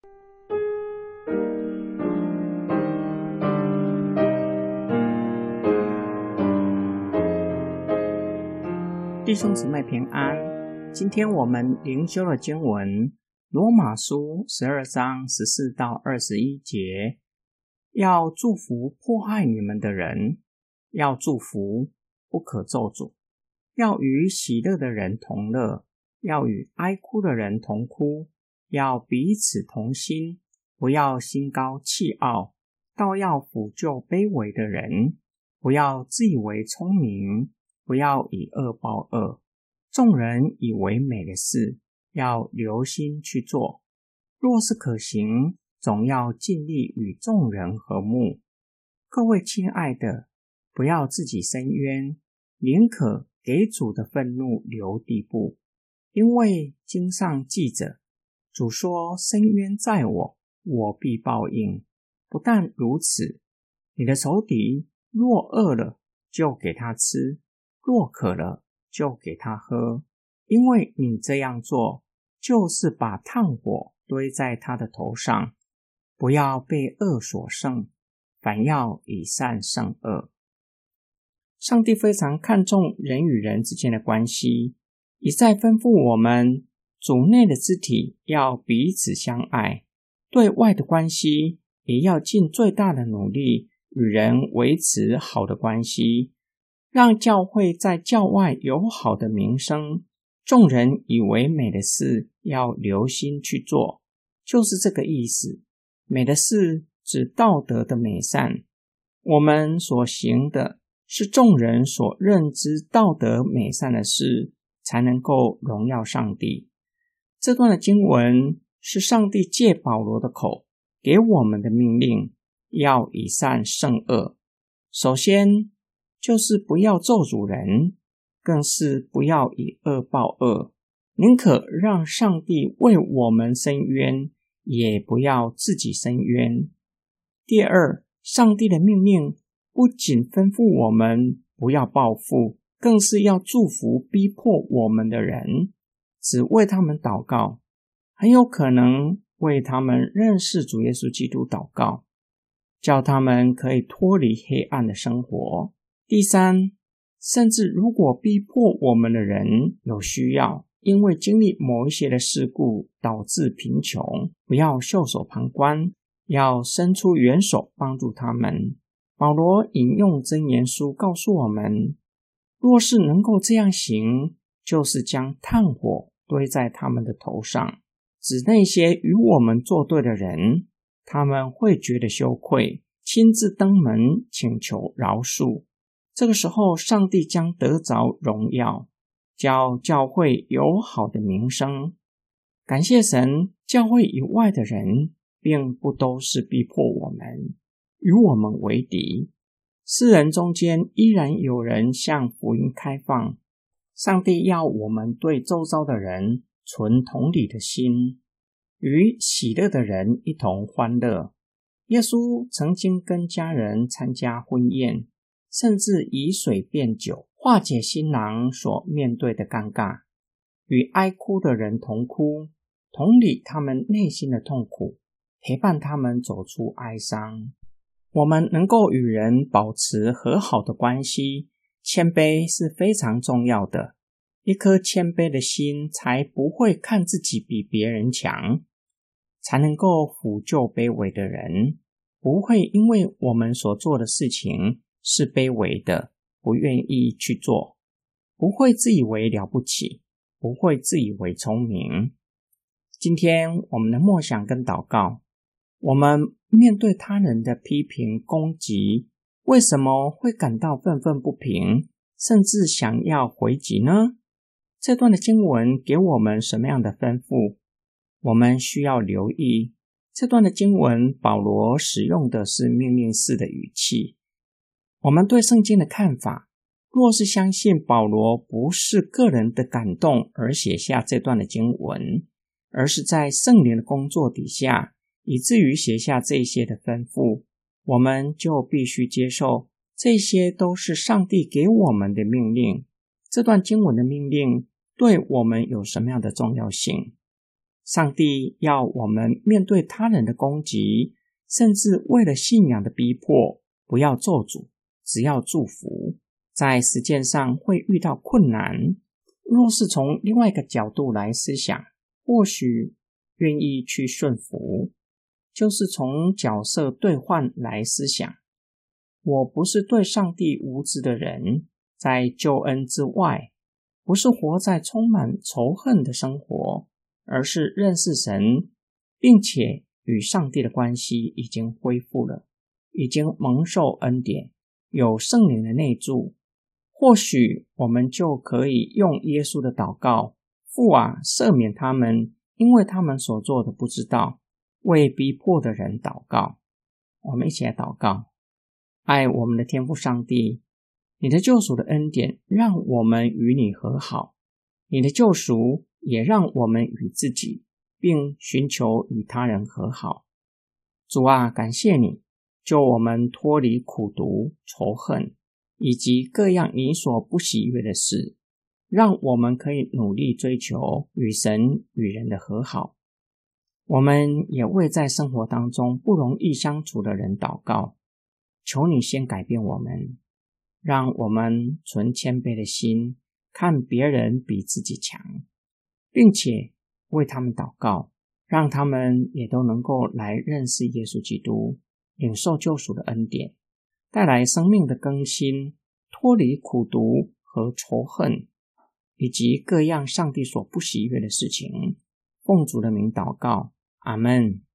弟兄姊妹平安，今天我们灵修的经文罗马书12章14到21节，要祝福迫害你们的人，要祝福，不可咒诅，要与喜乐的人同乐，要与哀哭的人同哭，要彼此同心，不要心高气傲，倒要抚救卑微的人，不要自以为聪明，不要以恶报恶，众人以为美的事，要留心去做。若是可行，总要尽力与众人和睦。各位亲爱的，不要自己伸冤，宁可给主的愤怒留地步。因为经上记着，主说：伸冤在我，我必报应。不但如此，你的仇敌若饿了，就给他吃，若渴了，就给他喝，因为你这样做，就是把炭火堆在他的头上。不要被恶所胜，反要以善胜恶。上帝非常看重人与人之间的关系，一再吩咐我们，主内的肢体要彼此相爱，对外的关系也要尽最大的努力与人维持好的关系，让教会在教外有好的名声，众人以为美的事要留心去做，就是这个意思。美的事指道德的美善，我们所行的是众人所认知道德美善的事，才能够荣耀上帝。这段的经文是上帝借保罗的口给我们的命令，要以善胜恶。首先就是不要咒诅人，更是不要以恶报恶，宁可让上帝为我们伸冤，也不要自己伸冤。第二，上帝的命令不仅吩咐我们不要报复，更是要祝福逼迫我们的人，只为他们祷告，很有可能为他们认识主耶稣基督祷告，叫他们可以脱离黑暗的生活。第三，甚至如果逼迫我们的人有需要，因为经历某一些的事故导致贫穷，不要袖手旁观，要伸出援手帮助他们。保罗引用箴言书告诉我们，若是能够这样行，就是将炭火堆在他们的头上，指那些与我们作对的人，他们会觉得羞愧，亲自登门请求饶恕。这个时候，上帝将得着荣耀，叫教会有好的名声。感谢神，教会以外的人并不都是逼迫我们，与我们为敌。世人中间依然有人向福音开放。上帝要我们对周遭的人存同理的心，与喜乐的人一同欢乐。耶稣曾经跟家人参加婚宴，甚至以水变酒，化解新郎所面对的尴尬，与哀哭的人同哭，同理他们内心的痛苦，陪伴他们走出哀伤。我们能够与人保持和好的关系，谦卑是非常重要的。一颗谦卑的心，才不会看自己比别人强，才能够抚救卑微的人，不会因为我们所做的事情是卑微的，不愿意去做，不会自以为了不起，不会自以为聪明。今天我们的默想跟祷告，我们面对他人的批评攻击，为什么会感到愤愤不平，甚至想要回击呢？这段的经文给我们什么样的吩咐？我们需要留意，这段的经文保罗使用的是命令式的语气。我们对圣经的看法，若是相信保罗不是个人的感动而写下这段的经文，而是在圣灵的工作底下，以至于写下这些的吩咐，我们就必须接受这些都是上帝给我们的命令。这段经文的命令对我们有什么样的重要性？ 上帝要我们面对他人的攻击，甚至为了信仰的逼迫，不要咒诅，只要祝福。在实践上会遇到困难，若是从另外一个角度来思想，或许愿意去顺服，就是从角色兑换来思想。我不是对上帝无知的人，在救恩之外，不是活在充满仇恨的生活，而是认识神，并且与上帝的关系已经恢复了，已经蒙受恩典，有圣灵的内住。或许我们就可以用耶稣的祷告，父啊，赦免他们，因为他们所做的不知道，为逼迫的人祷告。我们一起来祷告。爱我们的天父上帝，你的救赎的恩典让我们与你和好，你的救赎也让我们与自己并寻求与他人和好。主啊，感谢你救我们脱离苦毒、仇恨以及各样你所不喜悦的事，让我们可以努力追求与神与人的和好。我们也为在生活当中不容易相处的人祷告，求你先改变我们，让我们存谦卑的心，看别人比自己强，并且为他们祷告，让他们也都能够来认识耶稣基督，领受救赎的恩典，带来生命的更新，脱离苦毒和仇恨，以及各样上帝所不喜悦的事情。奉主的名祷告，阿们。